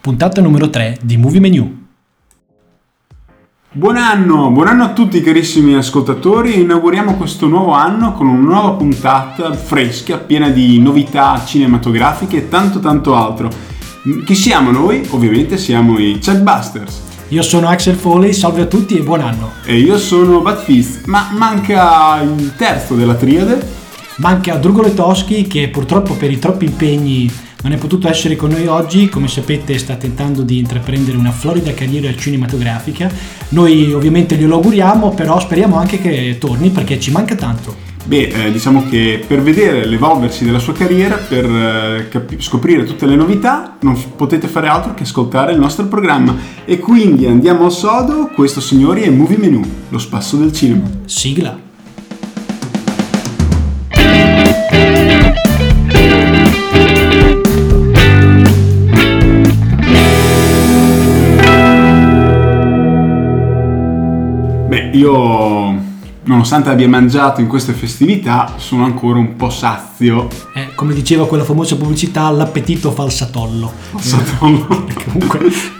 puntata numero 3 di Movie Menu. Buon anno a tutti carissimi ascoltatori. Inauguriamo questo nuovo anno con una nuova puntata fresca, piena di novità cinematografiche e tanto altro. Chi siamo noi? Ovviamente siamo i Chuckbusters. Io sono Axel Foley, salve a tutti e buon anno. E io sono Batfist, ma manca il terzo della triade. Manca Drugolo Toschi, che purtroppo per i troppi impegni non è potuto essere con noi oggi. Come sapete sta tentando di intraprendere una florida carriera cinematografica. Noi ovviamente glielo auguriamo, però speriamo anche che torni perché ci manca tanto. Diciamo che per vedere l'evolversi della sua carriera, per scoprire tutte le novità, non potete fare altro che ascoltare il nostro programma. E quindi andiamo al sodo. Questo, signori, è Movie Menu, lo spasso del cinema. Sigla. Io, nonostante abbia mangiato in queste festività, sono ancora un po' sazio. Come diceva quella famosa pubblicità, l'appetito fa il satollo. Comunque.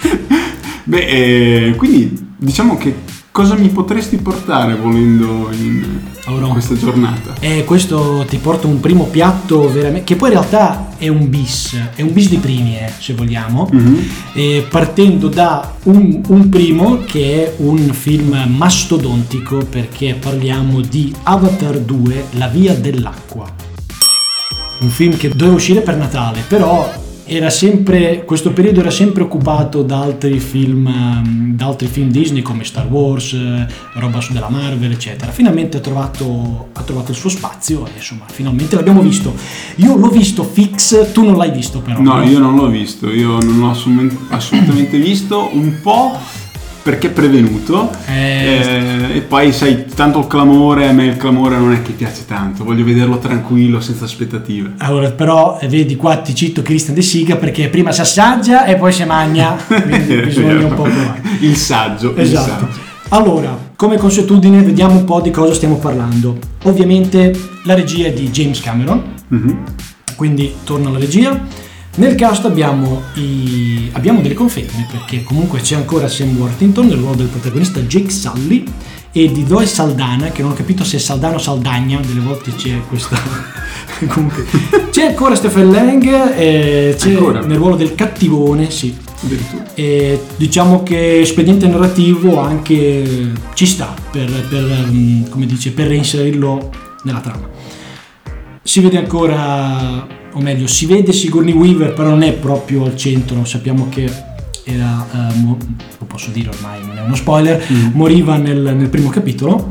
Quindi diciamo che cosa mi potresti portare volendo in questa giornata? Questo ti porto un primo piatto veramente, che poi in realtà è un bis di primi, se vogliamo. Partendo da un primo che è un film mastodontico, perché parliamo di Avatar 2, La via dell'acqua. Un film che doveva uscire per Natale, però questo periodo era sempre occupato da altri film Disney come Star Wars, roba della Marvel, eccetera. Finalmente ha trovato il suo spazio e insomma finalmente l'abbiamo visto. Io l'ho visto fix, tu non l'hai visto però. No, io non l'ho visto, io non l'ho assolutamente visto, un po' perché prevenuto e poi sai, tanto il clamore, a me il clamore non è che piace tanto, voglio vederlo tranquillo, senza aspettative. Allora, però vedi qua ti cito Christian De Siga, perché prima si assaggia e poi si magna, quindi bisogna un po' provare. Il saggio. Esatto. Allora, come consuetudine, vediamo un po' di cosa stiamo parlando. Ovviamente la regia è di James Cameron, quindi torna alla regia. Nel cast abbiamo delle conferme, perché comunque c'è ancora Sam Worthington nel ruolo del protagonista, Jake Sully, e di Zoe Saldana, che non ho capito se è Saldana o Saldagna, delle volte c'è questa. Comunque c'è ancora Stephen Lang, c'è ancora nel ruolo del cattivone, sì. E diciamo che espediente narrativo anche ci sta per reinserirlo nella trama. Si vede ancora, o meglio, si vede Sigourney Weaver, però non è proprio al centro. Sappiamo che era, lo posso dire ormai, non è uno spoiler, moriva nel primo capitolo.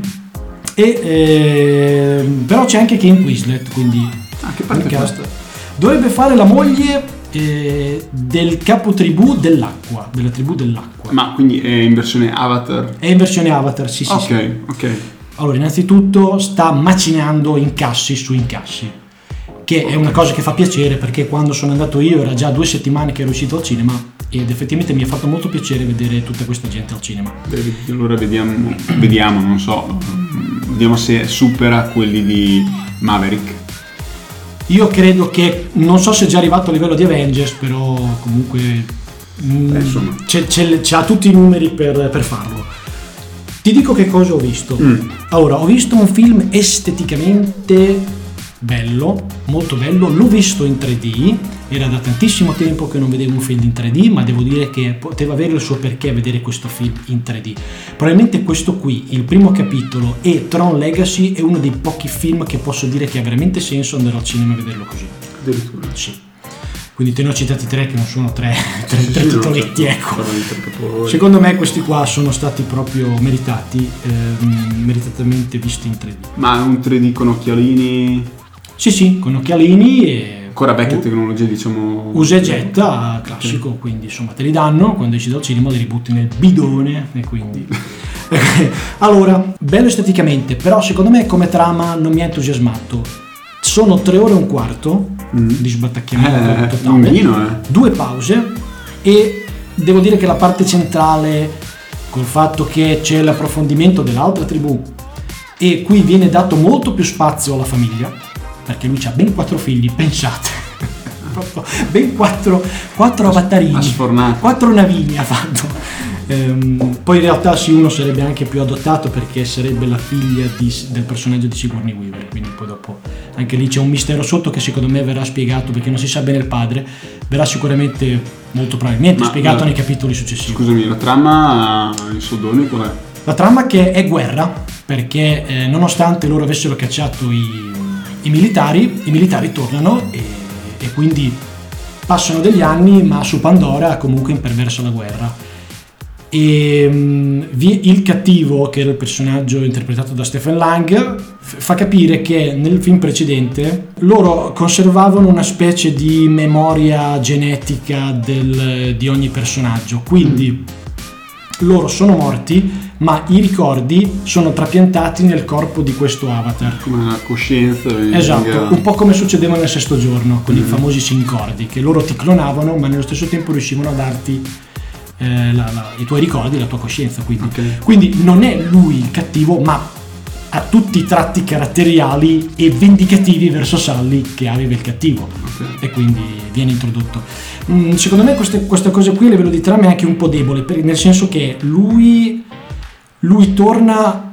Però c'è anche Kate Winslet, quindi che parte cast. Dovrebbe fare la moglie del capotribù dell'acqua, della tribù dell'acqua. Ma quindi è in versione Avatar? È in versione Avatar, sì. Ok. Allora, innanzitutto sta macinando incassi su incassi, che è una cosa che fa piacere, perché quando sono andato io era già 2 settimane che ero uscito al cinema ed effettivamente mi ha fatto molto piacere vedere tutta questa gente al cinema. Allora vediamo, non so, vediamo se supera quelli di Maverick. Io credo che, non so se è già arrivato a livello di Avengers, però comunque c'ha tutti i numeri per farlo. Ti dico che cosa ho visto. Allora, ho visto un film esteticamente bello, molto bello. L'ho visto in 3D, era da tantissimo tempo che non vedevo un film in 3D, ma devo dire che poteva avere il suo perché vedere questo film in 3D. Probabilmente questo qui, il primo capitolo, e Tron Legacy è uno dei pochi film che posso dire che ha veramente senso andare al cinema a vederlo così. Addirittura? Sì. Quindi te ne ho citati 3 che non sono 3 titoletti, ecco. Secondo me questi qua sono stati proprio meritatamente visti in 3D. Ma è un 3D con occhialini? Sì, con occhialini e ancora vecchia tecnologia, diciamo. Usa e getta, classico, okay. Quindi insomma te li danno, quando esci dal cinema li ributti nel bidone e quindi. Allora, bello esteticamente, però secondo me come trama non mi ha entusiasmato. Sono 3 ore e un quarto di sbattacchiamento totale, 2 pause, e devo dire che la parte centrale, col fatto che c'è l'approfondimento dell'altra tribù e qui viene dato molto più spazio alla famiglia, perché lui ha ben 4 figli, pensate. proprio ben 4 avatarini, ha sfornato 4 navini ha fatto. Poi in realtà sì, uno sarebbe anche più adottato perché sarebbe la figlia del personaggio di Sigourney Weaver, quindi poi dopo anche lì c'è un mistero sotto che secondo me verrà spiegato, perché non si sa bene il padre, verrà sicuramente molto probabilmente spiegato nei capitoli successivi. Scusami, la trama in soldoni qual è? La trama che è guerra, perché nonostante loro avessero cacciato i militari tornano e quindi passano degli anni, ma su Pandora comunque imperversa la guerra. E il cattivo, che era il personaggio interpretato da Stephen Lang, fa capire che nel film precedente loro conservavano una specie di memoria genetica di ogni personaggio, quindi loro sono morti ma i ricordi sono trapiantati nel corpo di questo avatar, come la coscienza. Esatto, un po' come succedeva nel Sesto Giorno con i famosi sincordi, che loro ti clonavano ma nello stesso tempo riuscivano a darti i tuoi ricordi, la tua coscienza, quindi non è lui il cattivo, ma ha tutti i tratti caratteriali e vendicativi verso Sully che aveva il cattivo, e quindi viene introdotto. Secondo me questa cosa qui a livello di trama è anche un po' debole, nel senso che lui torna,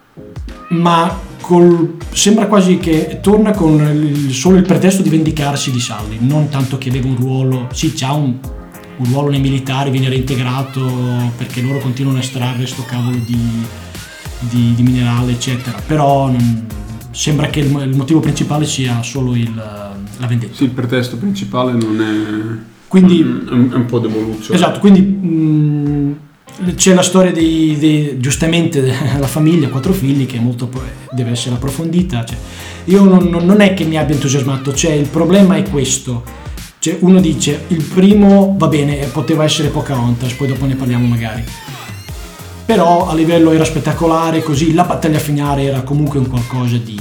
ma sembra quasi che torna con solo il pretesto di vendicarsi di Sully, non tanto che aveva un ruolo. Sì, c'ha un ruolo nei militari, viene reintegrato perché loro continuano a estrarre sto cavolo di minerale eccetera, però sembra che il motivo principale sia solo la vendetta. Sì, il pretesto principale non è, quindi è un po' devoluccio. Esatto, quindi c'è la storia giustamente della famiglia, 4 figli, che deve essere approfondita. Io non è che mi abbia entusiasmato, il problema è questo. Uno dice il primo va bene, poteva essere Pocahontas, poi dopo ne parliamo magari, però a livello era spettacolare, così la battaglia finale era comunque un qualcosa di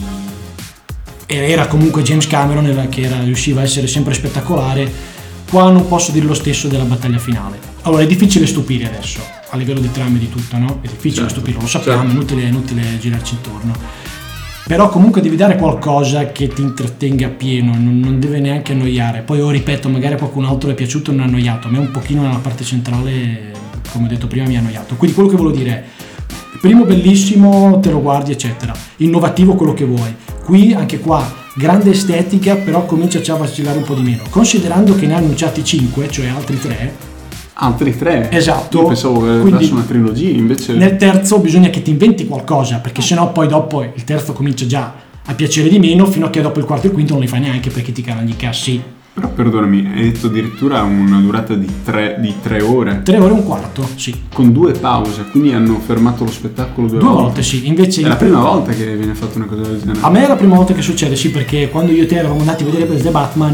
era comunque James Cameron che riusciva a essere sempre spettacolare. Qua non posso dire lo stesso della battaglia finale. Allora è difficile stupire adesso a livello di trame di tutto, no? È difficile stupire, lo sappiamo, è inutile girarci intorno. Però comunque devi dare qualcosa che ti intrattenga appieno, non deve neanche annoiare. Poi ripeto, magari a qualcun altro è piaciuto e non è annoiato, a me un pochino nella parte centrale, come ho detto prima, mi ha annoiato. Quindi quello che volevo dire è, il primo bellissimo, te lo guardi eccetera, innovativo quello che vuoi. Qui, anche qua, grande estetica, però comincia già a vacillare un po' di meno. Considerando che ne ha annunciati 5, cioè altri 3. Altri 3? Esatto. Io pensavo che fosse una trilogia, invece. Nel terzo bisogna che ti inventi qualcosa, perché sennò poi dopo il terzo comincia già a piacere di meno, fino a che dopo il quarto e il quinto non li fai neanche perché ti cagano i cassi. Però perdonami, hai detto addirittura una durata di 3 ore. 3 ore e un quarto, sì. Con 2 pause, quindi hanno fermato lo spettacolo 2 volte, sì. Invece è la prima volta che viene fatta una cosa del genere. A me è la prima volta che succede, sì, perché quando io e te eravamo andati a vedere per The Batman,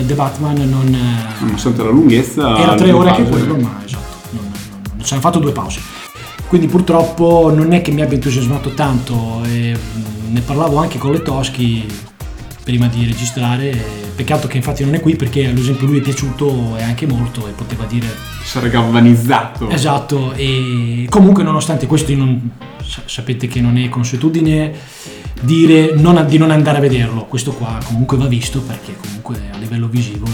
nonostante la lunghezza, era 3 ore anche quello, ma esatto, non ci hanno fatto 2 pause. Quindi purtroppo non è che mi abbia entusiasmato tanto, e ne parlavo anche con Letoschi prima di registrare. Peccato che infatti non è qui, perché ad esempio lui è piaciuto e anche molto, e poteva dire, sarà galvanizzato. Esatto. E comunque nonostante questo sapete che non è consuetudine dire di non andare a vederlo, questo qua comunque va visto, perché comunque a livello visivo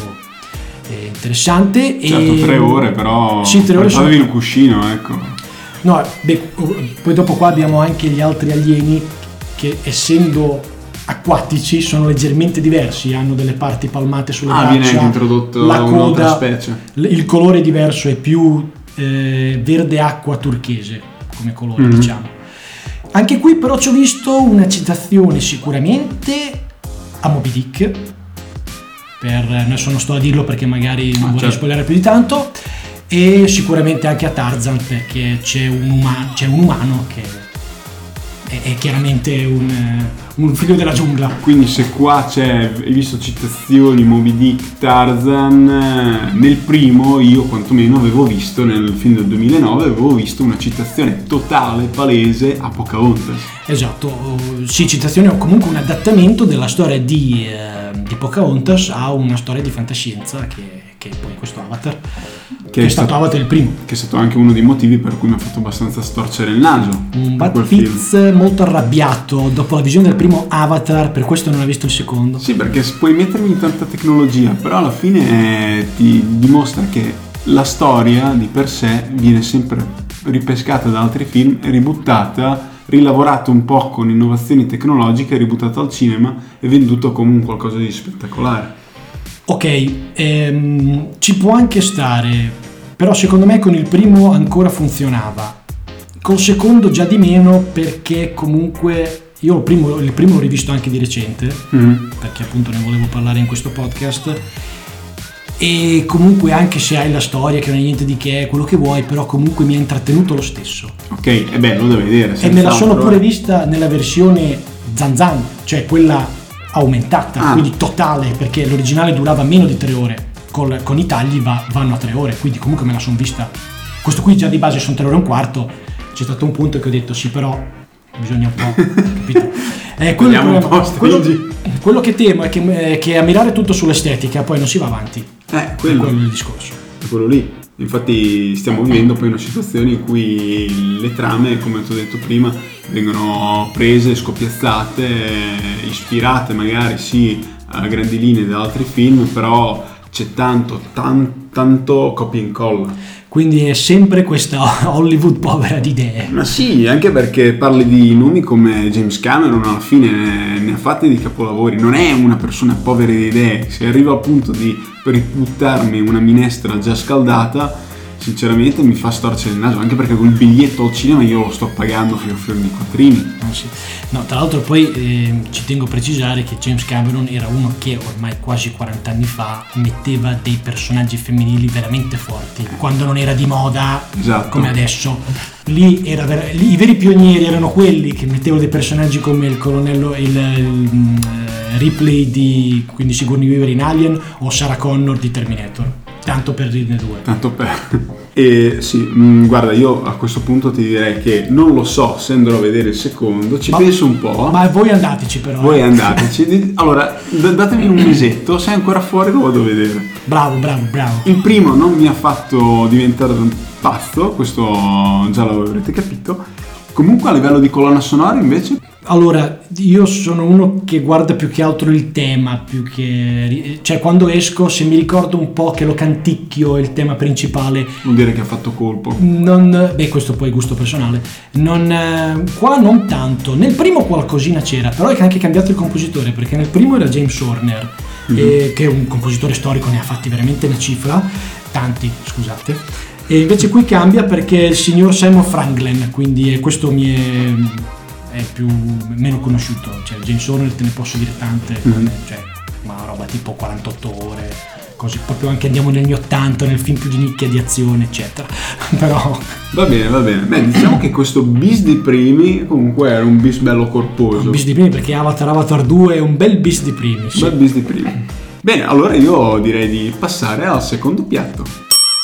è interessante. Certo, 3 ore però, sì, 3 ore avevi il cuscino, ecco. No, poi dopo qua abbiamo anche gli altri alieni che, essendo acquatici, sono leggermente diversi, hanno delle parti palmate sulle braccia, viene anche introdotto la un'altra coda, specie. Il colore è diverso, è più verde acqua turchese come colore, diciamo. Anche qui però ci ho visto una citazione sicuramente a Moby Dick, adesso non sto a dirlo perché magari non vorrei spoilerare più di tanto, e sicuramente anche a Tarzan, perché c'è un umano che è chiaramente un figlio della giungla. Quindi se qua hai visto citazioni Moby Dick, Tarzan, nel primo io quantomeno avevo visto, nel film del 2009 avevo visto una citazione totale, palese a Pocahontas. Esatto, sì, citazione o comunque un adattamento della storia di Pocahontas a una storia di fantascienza che è poi questo Avatar. che è stato Avatar il primo. Che è stato anche uno dei motivi per cui mi ha fatto abbastanza storcere il naso. Un Bud Pitts molto arrabbiato dopo la visione del primo Avatar, per questo non ha visto il secondo. Sì, perché puoi mettermi tanta tecnologia, però alla fine ti dimostra che la storia di per sé viene sempre ripescata da altri film, ributtata, rilavorata un po' con innovazioni tecnologiche, ributtata al cinema e venduto come un qualcosa di spettacolare. Ok, ci può anche stare, però secondo me con il primo ancora funzionava, col secondo già di meno, perché comunque io il primo l'ho rivisto anche di recente, perché appunto ne volevo parlare in questo podcast, e comunque anche se hai la storia che non è niente di che, quello che vuoi, però comunque mi ha intrattenuto lo stesso. Ok, è bello da vedere. E me la sono pure vista nella versione Zanzan, cioè quella aumentata, quindi totale, perché l'originale durava meno di 3 ore, con i tagli vanno a 3 ore, quindi comunque me la sono vista. Questo qui già di base sono 3 ore e un quarto, c'è stato un punto che ho detto sì, però bisogna un po', capito? Quello che temo è che a mirare tutto sull'estetica poi non si va avanti. Quello è il discorso. È quello lì. Infatti stiamo vivendo poi una situazione in cui le trame, come ti ho detto prima, vengono prese, scoppiazzate, ispirate magari sì a grandi linee da altri film, però c'è tanto copia e incolla. Quindi è sempre questa Hollywood povera di idee. Ma sì, anche perché parli di nomi come James Cameron, alla fine ne ha fatti di capolavori. Non è una persona povera di idee. Se arrivo al punto di ributtarmi una minestra già scaldata, sinceramente mi fa storcere il naso, anche perché col biglietto al cinema io lo sto pagando fior di quattrini. Sì. No, tra l'altro poi ci tengo a precisare che James Cameron era uno che ormai quasi 40 anni fa metteva dei personaggi femminili veramente forti, quando non era di moda, esatto, come adesso. Lì i veri pionieri erano quelli che mettevano dei personaggi come il colonnello, il Ripley di quindi Sigourney Weaver in Alien o Sarah Connor di Terminator. Tanto per dirne due. E sì, guarda, io a questo punto ti direi che non lo so se andrò a vedere il secondo, penso un po'. Ma voi andateci però. Voi andateci. Allora, datemi un mesetto, se è ancora fuori lo vado a vedere. Bravo. Il primo non mi ha fatto diventare un pazzo, questo già l'avrete capito. Comunque a livello di colonna sonora invece... Allora, io sono uno che guarda più che altro il tema, più che... Cioè, quando esco, se mi ricordo un po' che lo canticchio il tema principale... Vuol dire che ha fatto colpo. Questo poi è gusto personale. Qua non tanto. Nel primo qualcosina c'era, però è anche cambiato il compositore, perché nel primo era James Horner, che è un compositore storico, ne ha fatti veramente una cifra. Tanti, scusate. E invece qui cambia perché il signor Simon Franglen, quindi questo è meno conosciuto, cioè James Horner te ne posso dire tante, cioè ma roba tipo 48 ore, così proprio anche andiamo negli 80 nel film più di nicchia di azione eccetera. Però va bene. Beh, diciamo che questo bis di primi comunque era un bis bello corposo, un bis di primi, perché Avatar 2 è un bel bis di primi, sì. Bel bis di primi. Bene, allora io direi di passare al secondo piatto.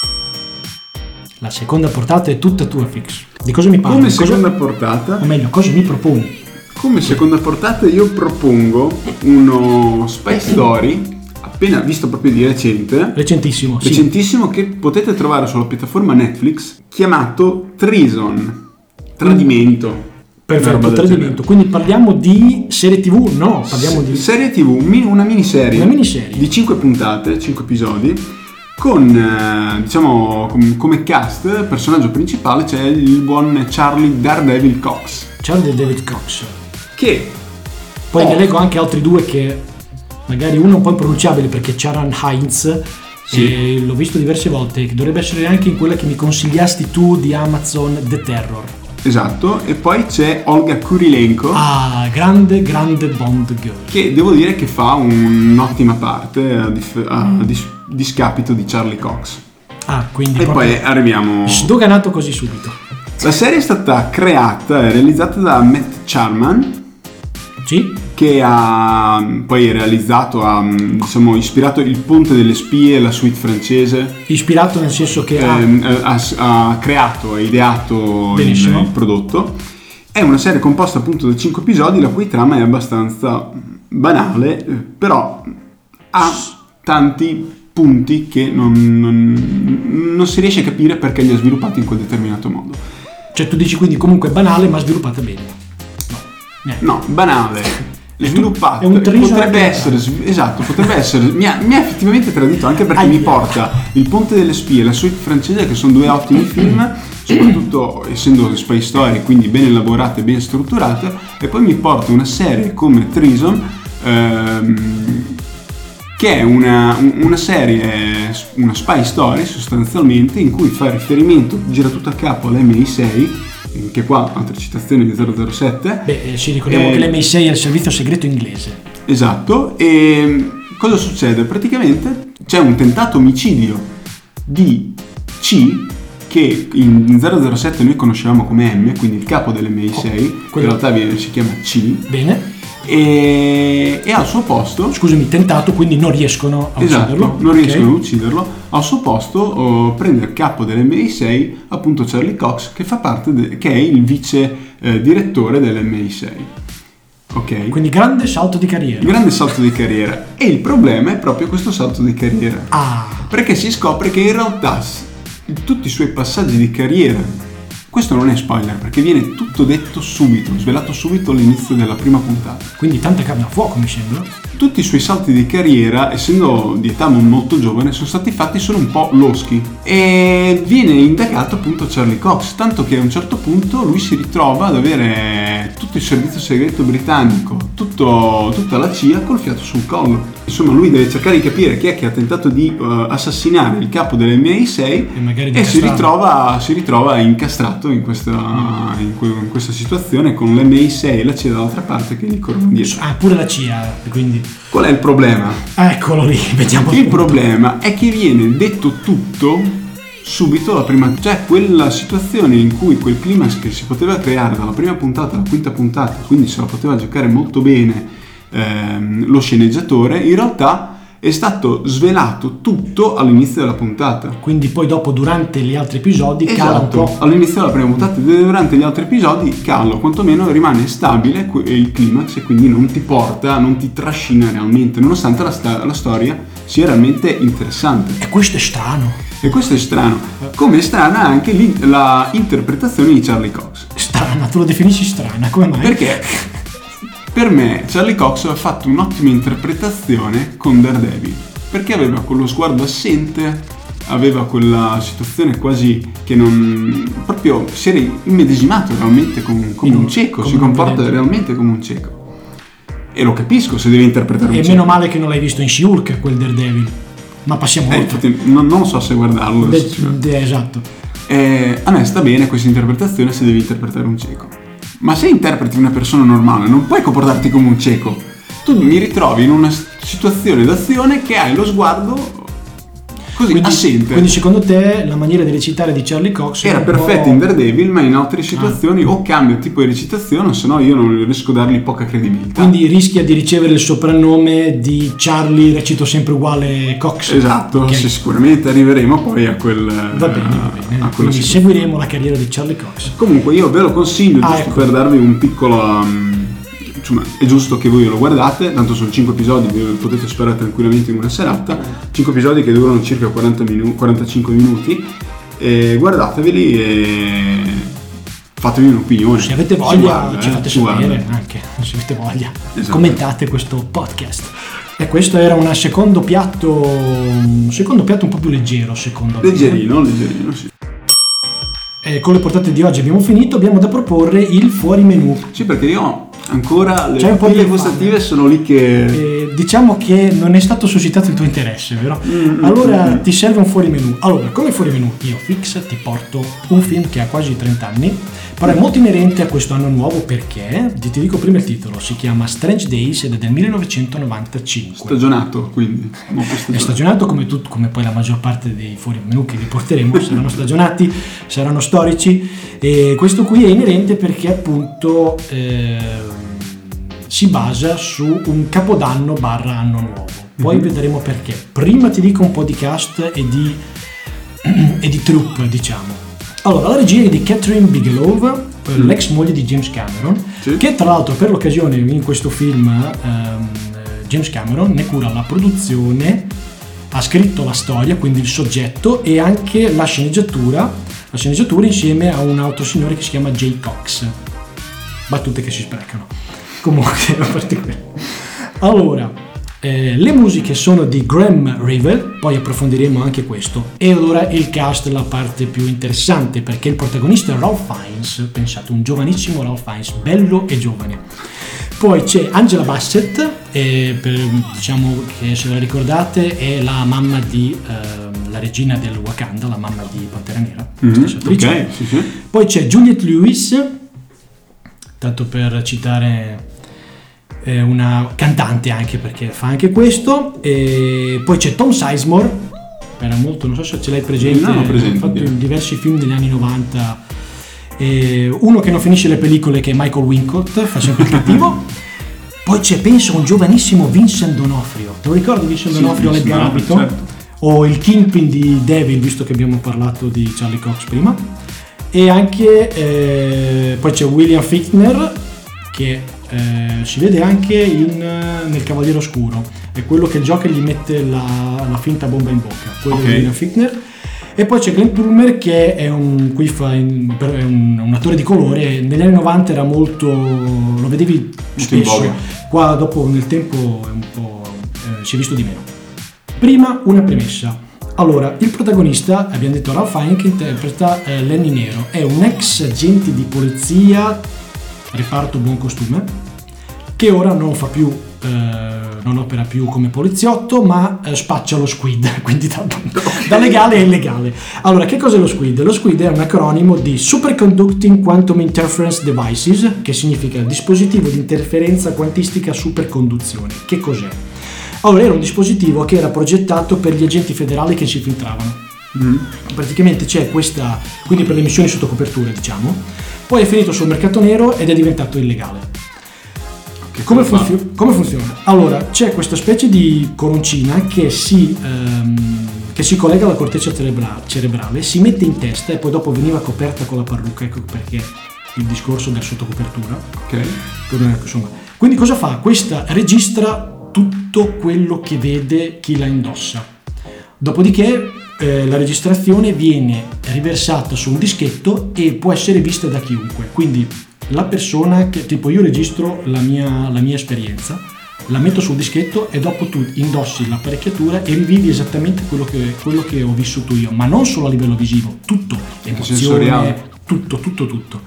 La seconda portata è tutta tua, Fix. Di cosa mi parli? Come seconda portata? O meglio, cosa mi proponi? Come seconda portata io propongo uno Spy Story, appena visto proprio di recente. Recentissimo, sì. Che potete trovare sulla piattaforma Netflix, chiamato Treason. Tradimento. Perfetto, tradimento. Quindi parliamo di serie TV? No, parliamo di... Serie TV, una miniserie. Una miniserie. Di 5 puntate, 5 episodi. Con diciamo come cast, personaggio principale c'è il buon Charlie Daredevil Cox, che poi ne leggo anche altri due che magari uno è un po' impronunciabile perché Charan Hines, sì. L'ho visto diverse volte, che dovrebbe essere anche in quella che mi consigliasti tu di Amazon, The Terror. Esatto, e poi c'è Olga Kurilenko, grande Bond girl, che devo dire che fa un'ottima parte a discapito di Charlie Cox. Quindi e poi arriviamo sdoganato così subito. La serie è stata creata e realizzata da Matt Charman, sì, che ha poi realizzato, diciamo ispirato Il Ponte delle Spie, la suite francese. Ispirato nel senso che ha creato e ideato il prodotto. È una serie composta appunto da 5 episodi, la cui trama è abbastanza banale, però ha tanti punti che non si riesce a capire perché li ha sviluppati in quel determinato modo. Cioè tu dici quindi comunque banale ma sviluppata bene. No, banale, sviluppata. È un triso potrebbe essere, mi ha effettivamente tradito, anche perché mi porta Il Ponte delle Spie e La Suite francese, che sono due ottimi film, soprattutto essendo spy story, quindi ben elaborate e ben strutturate, e poi mi porta una serie come Treason, che è una serie, una spy story sostanzialmente, in cui fa riferimento, gira tutto a capo all'MI6, che qua altre citazioni di 007. Ci ricordiamo che l'MI6 è il servizio segreto inglese. Esatto, e cosa succede? Praticamente c'è un tentato omicidio di C, che in 007 noi conoscevamo come M, quindi il capo dell'MI6, che in realtà si chiama C. Bene. E al suo posto, scusami, tentato, quindi non riescono a ucciderlo. Non riescono a ucciderlo. Al suo posto prende il capo dell'MI6, appunto Charlie Cox, che fa parte che è il vice direttore dell'MI6. Ok. Quindi grande salto di carriera. Grande salto di carriera. E il problema è proprio questo salto di carriera. Perché si scopre che in realtà tutti i suoi passaggi di carriera, questo non è spoiler perché viene tutto detto subito, svelato subito all'inizio della prima puntata. Quindi tanta carne a fuoco, mi sembra. Tutti i suoi salti di carriera, essendo di età molto giovane, sono stati fatti solo un po' loschi, e viene indagato appunto Charlie Cox, tanto che a un certo punto lui si ritrova ad avere tutto il servizio segreto britannico, tutta la CIA col fiato sul collo. Insomma, lui deve cercare di capire chi è che ha tentato di assassinare il capo dell'MI6 e si ritrova incastrato in questa situazione, con l'MI6 e la CIA dall'altra parte che gli corrono dietro. Pure la CIA, quindi. Qual è il problema? Eccolo lì, vediamo. Il problema è che viene detto tutto subito la prima, cioè quella situazione in cui quel climax che si poteva creare dalla prima puntata alla quinta puntata, quindi se la poteva giocare molto bene lo sceneggiatore, in realtà è stato svelato tutto all'inizio della puntata. Quindi poi dopo, durante gli altri episodi, cala un po'. All'inizio della prima puntata, durante gli altri episodi cala, quantomeno rimane stabile il climax, e quindi non ti trascina realmente, nonostante la storia sia realmente interessante. E questo è strano. Come è strana anche la interpretazione di Charlie Cox. Strana, tu lo definisci strana, come mai? Perché per me Charlie Cox ha fatto un'ottima interpretazione con Daredevil, perché aveva quello sguardo assente, aveva quella situazione quasi che non proprio si era immedesimato realmente come un cieco, si comporta realmente come un cieco, e lo capisco se deve interpretare un cieco. E meno male che non l'hai visto in She-Hulk quel Daredevil, ma passiamo oltre. Infatti non so se guardarlo. Esatto. A me sta bene questa interpretazione se devi interpretare un cieco. Ma se interpreti una persona normale non puoi comportarti come un cieco. Tu mi ritrovi in una situazione d'azione che hai lo sguardo così assente. Quindi secondo te la maniera di recitare di Charlie Cox era perfetta in Daredevil, ma in altre situazioni o cambia tipo di recitazione, o se no io non riesco a dargli poca credibilità. Quindi rischia di ricevere il soprannome di Charlie recito sempre uguale Cox. Esatto, okay. Sicuramente arriveremo poi a quel. Va bene. Quindi seguiremo la carriera di Charlie Cox. Comunque io ve lo consiglio giusto per darvi un piccolo. Insomma, è giusto che voi lo guardate, tanto sono 5 episodi, potete sperare tranquillamente in una serata, 5 episodi che durano circa 45 minuti, e guardateveli e fatevi un'opinione. Se avete voglia ci fate sapere anche, se avete voglia, commentate questo podcast. E questo era un secondo piatto un po' più leggero, secondo me. Leggerino, sì. Con le portate di oggi abbiamo finito, abbiamo da proporre il fuori menù. Sì, perché io ancora le pile gustative sono lì che. Diciamo che non è stato suscitato il tuo interesse, vero? Allora ti serve un fuori menù. Allora, come fuori menù io Fix ti porto un film che ha quasi 30 anni, però è molto inerente a questo anno nuovo, perché ti dico prima il titolo, si chiama Strange Days ed è del 1995. Stagionato, quindi è stagionato come poi la maggior parte dei fuori menù che vi porteremo saranno stagionati, saranno storici, e questo qui è inerente perché appunto si basa su un capodanno / anno nuovo. Poi vedremo perché. Prima ti dico un po' di cast e di troupe, diciamo. Allora, la regia è di Catherine Bigelow, l'ex moglie di James Cameron, che tra l'altro per l'occasione in questo film James Cameron ne cura la produzione, ha scritto la storia, quindi il soggetto, e anche la sceneggiatura insieme a un altro signore che si chiama Jay Cox. Battute che si sprecano. Comunque, a parte quello. Allora, le musiche sono di Graham River, poi approfondiremo anche questo. E allora il cast, la parte più interessante, perché il protagonista è Ralph Fiennes, pensate, un giovanissimo Ralph Fiennes, bello e giovane. Poi c'è Angela Bassett, diciamo che se la ricordate è la mamma di la regina del Wakanda, la mamma di Pantera Nera, stessa attrice. Okay, sì. Poi c'è Juliette Lewis, tanto per citare una cantante anche, perché fa anche questo. E poi c'è Tom Sizemore, era molto, non so se ce l'hai presente, non ho presente, ha fatto diversi film negli anni 90. Uno che non finisce le pellicole, che è Michael Wincott, fa sempre il cattivo. Poi c'è, penso, un giovanissimo Vincent D'Onofrio. Te lo ricordi Vincent D'Onofrio all'Edgar Abito? Certo. O il Kingpin di Devil, visto che abbiamo parlato di Charlie Cox prima. E anche poi c'è William Fichtner, che si vede anche nel Cavaliere Oscuro, è quello che il Joker gli mette la finta bomba in bocca, quello di William Fichtner. E poi c'è Glenn Plummer, che è un attore di colore. Negli anni 90 era molto, lo vedevi spesso, qua dopo nel tempo è un po' si è visto di meno. Prima una premessa. Allora, il protagonista, abbiamo detto Ralph Fiennes, che interpreta Lenny Nero, è un ex agente di polizia, reparto buon costume, che ora non opera più come poliziotto, ma spaccia lo squid, quindi da legale a illegale. Allora, che cos'è lo squid? Lo squid è un acronimo di Superconducting Quantum Interference Devices, che significa dispositivo di interferenza quantistica superconduzione. Che cos'è? Allora, era un dispositivo che era progettato per gli agenti federali che si filtravano. Praticamente c'è questa, quindi per le missioni sotto copertura, diciamo, poi è finito sul mercato nero ed è diventato illegale. Come funziona? Allora, c'è questa specie di coroncina che si collega alla corteccia cerebrale, si mette in testa e poi dopo veniva coperta con la parrucca, ecco perché il discorso del sottocopertura. Insomma, quindi cosa fa? Questa registra tutto quello che vede chi la indossa. Dopodiché la registrazione viene riversata su un dischetto e può essere vista da chiunque. Quindi la persona che, tipo, io registro la mia esperienza, la metto sul dischetto e dopo tu indossi l'apparecchiatura e rivivi esattamente quello che ho vissuto io, ma non solo a livello visivo, tutto, emozione, tutto.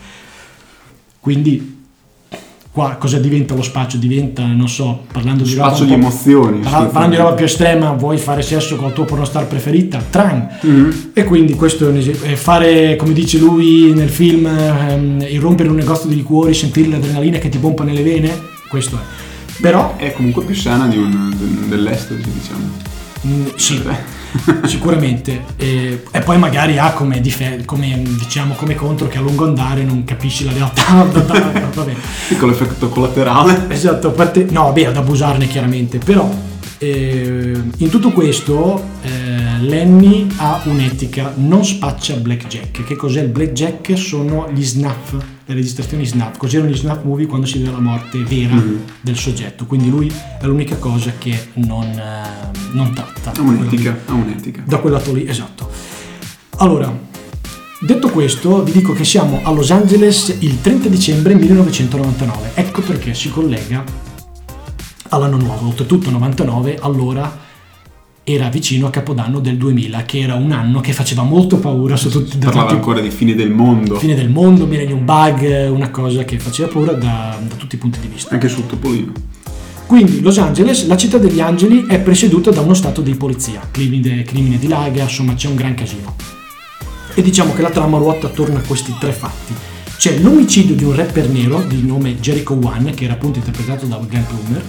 Quindi qua cosa diventa lo spazio? Diventa, non so, parlando di spazio di emozioni, parlando di roba più estrema, vuoi fare sesso con la tua pornostar preferita? Tran! E quindi questo è un esempio. Fare, come dice lui nel film, irrompere un negozio di liquori, sentire l'adrenalina che ti pompa nelle vene, questo è. Però è comunque più sana dell'estasi, diciamo. Sì, sicuramente. E poi magari ha come contro che a lungo andare non capisci la realtà. Vabbè. Piccolo effetto collaterale. Esatto, ad abusarne chiaramente, però in tutto questo Lenny ha un'etica, non spaccia blackjack. Che cos'è il blackjack? Sono gli snuff, le registrazioni snuff. Cos'erano gli snuff movie quando si vede la morte vera del soggetto, quindi lui è l'unica cosa che non tratta. Ha un'etica. Da quel lato lì, esatto. Allora, detto questo, vi dico che siamo a Los Angeles il 30 dicembre 1999. Ecco perché si collega all'anno nuovo. Oltretutto 99 allora era vicino a Capodanno del 2000, che era un anno che faceva molto paura. Parlava ancora di fine del mondo, Millennium Bug, una cosa che faceva paura da tutti i punti di vista. Anche sul Topolino. Quindi Los Angeles, la città degli angeli, è presieduta da uno stato di polizia, crimine di laga, insomma c'è un gran casino. E diciamo che la trama ruota attorno a questi tre fatti. C'è l'omicidio di un rapper nero di nome Jericho One, che era appunto interpretato da Glenn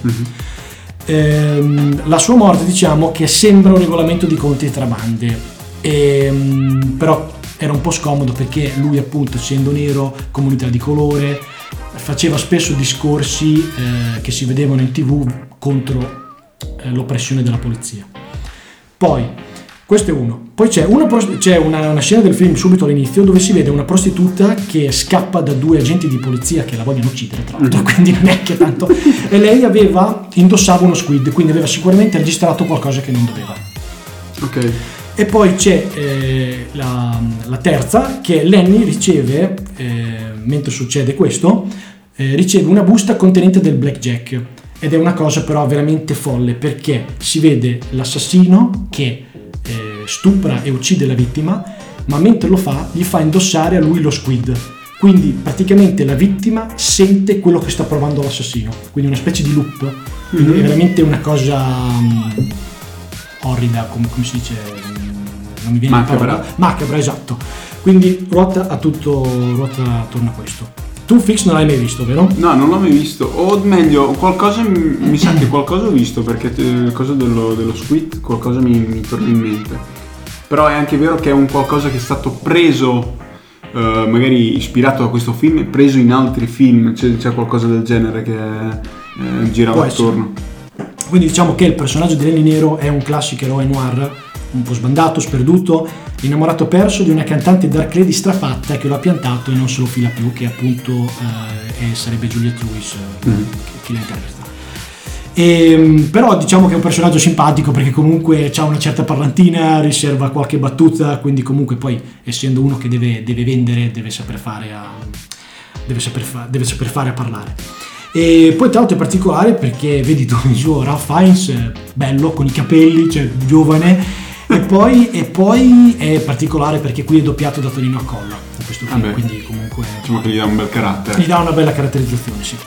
Plummer. La sua morte, diciamo che sembra un regolamento di conti tra bande, però era un po' scomodo perché lui, appunto, essendo nero, comunità di colore, faceva spesso discorsi che si vedevano in TV contro l'oppressione della polizia. Poi questo è uno. Poi c'è una scena del film subito all'inizio dove si vede una prostituta che scappa da due agenti di polizia che la vogliono uccidere, tra l'altro, quindi non è che tanto. E lei indossava uno squid, quindi aveva sicuramente registrato qualcosa che non doveva. Ok. E poi c'è la terza, che Lenny riceve, mentre succede questo, riceve una busta contenente del blackjack, ed è una cosa però veramente folle, perché si vede l'assassino che stupra e uccide la vittima, ma mentre lo fa gli fa indossare a lui lo squid, quindi praticamente la vittima sente quello che sta provando l'assassino, quindi una specie di loop. Quindi è veramente una cosa orrida, come si dice, non mi viene macabra, esatto. Quindi ruota attorno a questo. Tu Fix non l'hai mai visto, vero? No, non l'ho mai visto, o meglio, qualcosa mi sa che qualcosa ho visto, perché il coso dello squid, qualcosa mi torna in mente. Però è anche vero che è un qualcosa che è stato preso, magari ispirato da questo film, preso in altri film, c'è qualcosa del genere che girava attorno. Quindi diciamo che il personaggio di Lenny Nero è un classico eroe noir, un po' sbandato, sperduto, innamorato perso di una cantante dark lady strafatta che lo ha piantato e non se lo fila più, che appunto sarebbe Juliette Lewis, che la interpreta. Però diciamo che è un personaggio simpatico, perché comunque ha una certa parlantina, riserva qualche battuta, quindi comunque poi, essendo uno che deve vendere, deve saper fare a parlare. E poi tra l'altro è particolare perché vedi tu il suo Ralph Fiennes, bello, con i capelli, cioè giovane, e poi è particolare perché qui è doppiato da Tonino Accolla in questo film, quindi comunque diciamo che gli dà un bel carattere, gli dà una bella caratterizzazione, sì.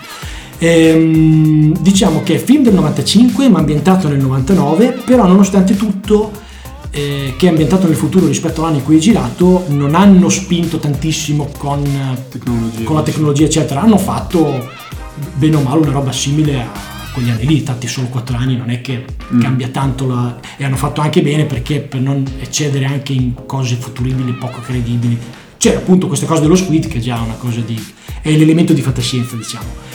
Diciamo che è film del 95 ma ambientato nel 99, però nonostante tutto, che è ambientato nel futuro rispetto all'anno in cui è girato, non hanno spinto tantissimo con la tecnologia eccetera, hanno fatto bene o male una roba simile a quegli anni lì, tanti solo 4 anni, non è che cambia tanto e hanno fatto anche bene, perché per non eccedere anche in cose futuribili poco credibili c'è appunto questa cosa dello squid, che è già una cosa è l'elemento di fantascienza, diciamo.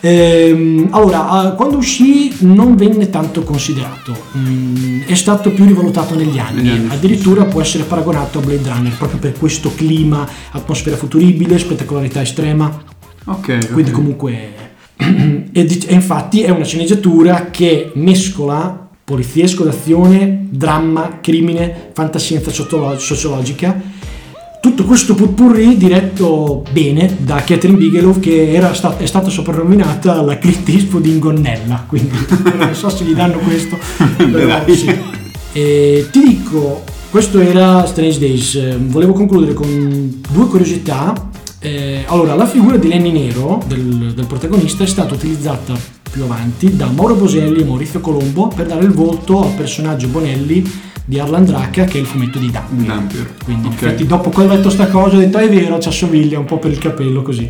Allora, quando uscì non venne tanto considerato, è stato più rivalutato negli anni, addirittura può essere paragonato a Blade Runner proprio per questo clima, atmosfera futuribile, spettacolarità estrema. Quindi comunque e infatti è una sceneggiatura che mescola poliziesco d'azione, dramma, crimine, fantascienza sociologica, tutto questo potpourri diretto bene da Catherine Bigelow, che è stata soprannominata la Clint Eastwood in gonnella, quindi non so se gli danno questo, però sì. E ti dico, questo era Strange Days. Volevo concludere con 2 curiosità. Allora, la figura di Lenny Nero, del protagonista, è stata utilizzata più avanti da Mauro Boselli e Maurizio Colombo per dare il volto al personaggio Bonelli di Arlan Draca, che è il fumetto di Dampier. Quindi in effetti dopo che ho letto sta cosa ho detto è vero, ci assomiglia un po' per il capello così.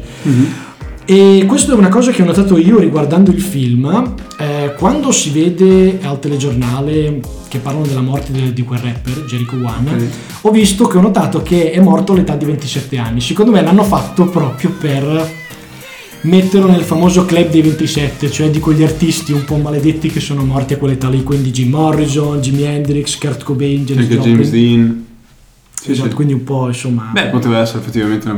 E questo è una cosa che ho notato io riguardando il film, quando si vede al telegiornale che parlano della morte di quel rapper Jericho One, ho notato che è morto all'età di 27 anni. Secondo me l'hanno fatto proprio per metterlo nel famoso club dei 27, cioè di quegli artisti un po' maledetti che sono morti a quell'età lì, quindi Jim Morrison, Jimi Hendrix, Kurt Cobain, James Dean. Esatto, quindi un po' insomma. Poteva essere effettivamente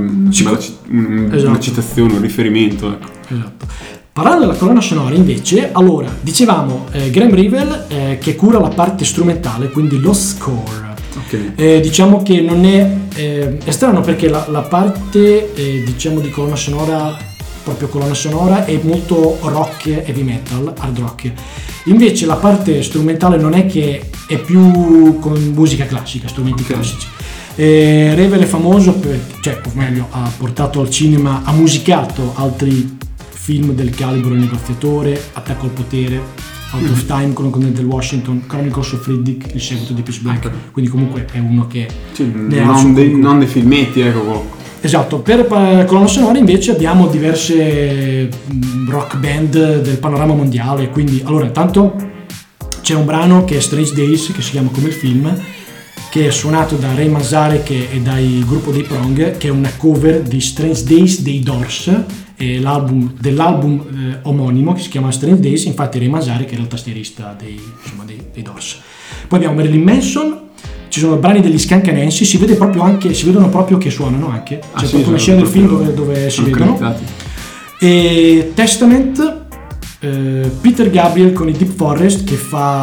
una citazione, un riferimento. Esatto. Parlando della colonna sonora invece, allora, dicevamo Graham Revel che cura la parte strumentale, quindi lo score. Diciamo che non è strano, perché la parte diciamo di colonna sonora, proprio colonna sonora, è molto rock, heavy metal, hard rock. Invece la parte strumentale non è che è più con musica classica, strumenti classici. Revel è famoso ha portato al cinema, ha musicato altri film del calibro Il negoziatore, Attacco al potere, Out of Time con Denzel Washington, Chronicles of Riddick, il seguito di Pitch Black. Quindi comunque è uno che non dei filmetti, ecco. Esatto. Per colonna sonora invece abbiamo diverse rock band del panorama mondiale. Quindi allora, intanto c'è un brano che è Strange Days, che si chiama come il film, che è suonato da Ray Manzarek e dal gruppo dei Prong, che è una cover di Strange Days dei Doors, dell'album omonimo che si chiama Strange Days. Infatti Ray Manzarek era il tastierista dei Doors. Poi abbiamo Marilyn Manson, ci sono brani degli Skankanensi, si vedono proprio che suonano anche, c'è proprio una scena del film dove si vedono. E Testament, Peter Gabriel con i Deep Forest che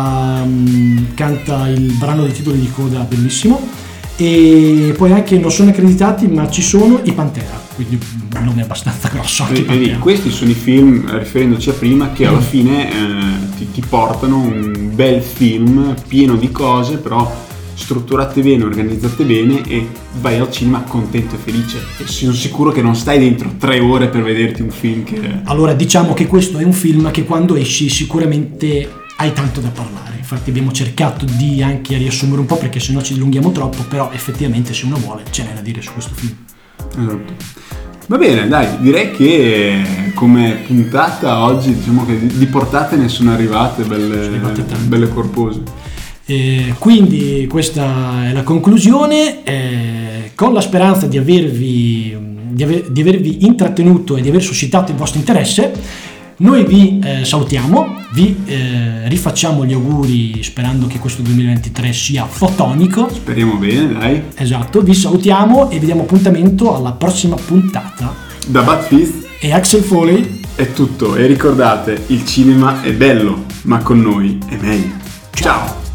canta il brano dei titoli di coda bellissimo, e poi anche non sono accreditati ma ci sono i Pantera, quindi un nome abbastanza grosso anche. Vedi, questi sono i film, riferendoci a prima, che alla fine ti portano un bel film pieno di cose, però strutturate bene, organizzate bene, e vai al cinema contento e felice, e sono sicuro che non stai dentro 3 ore per vederti un film che... Allora, diciamo che questo è un film che quando esci sicuramente hai tanto da parlare, infatti abbiamo cercato di anche riassumere un po' perché sennò ci dilunghiamo troppo, però effettivamente se uno vuole ce n'è da dire su questo film. Esatto. Va bene, dai, direi che come puntata oggi diciamo che di portate ne sono arrivate belle corpose. Quindi questa è la conclusione, con la speranza di avervi intrattenuto e di aver suscitato il vostro interesse. Noi vi salutiamo, vi rifacciamo gli auguri sperando che questo 2023 sia fotonico. Speriamo bene, dai. Esatto, vi salutiamo e vi diamo appuntamento alla prossima puntata. Da Bad Fist e Axel Foley è tutto, e ricordate, il cinema è bello, ma con noi è meglio. Ciao!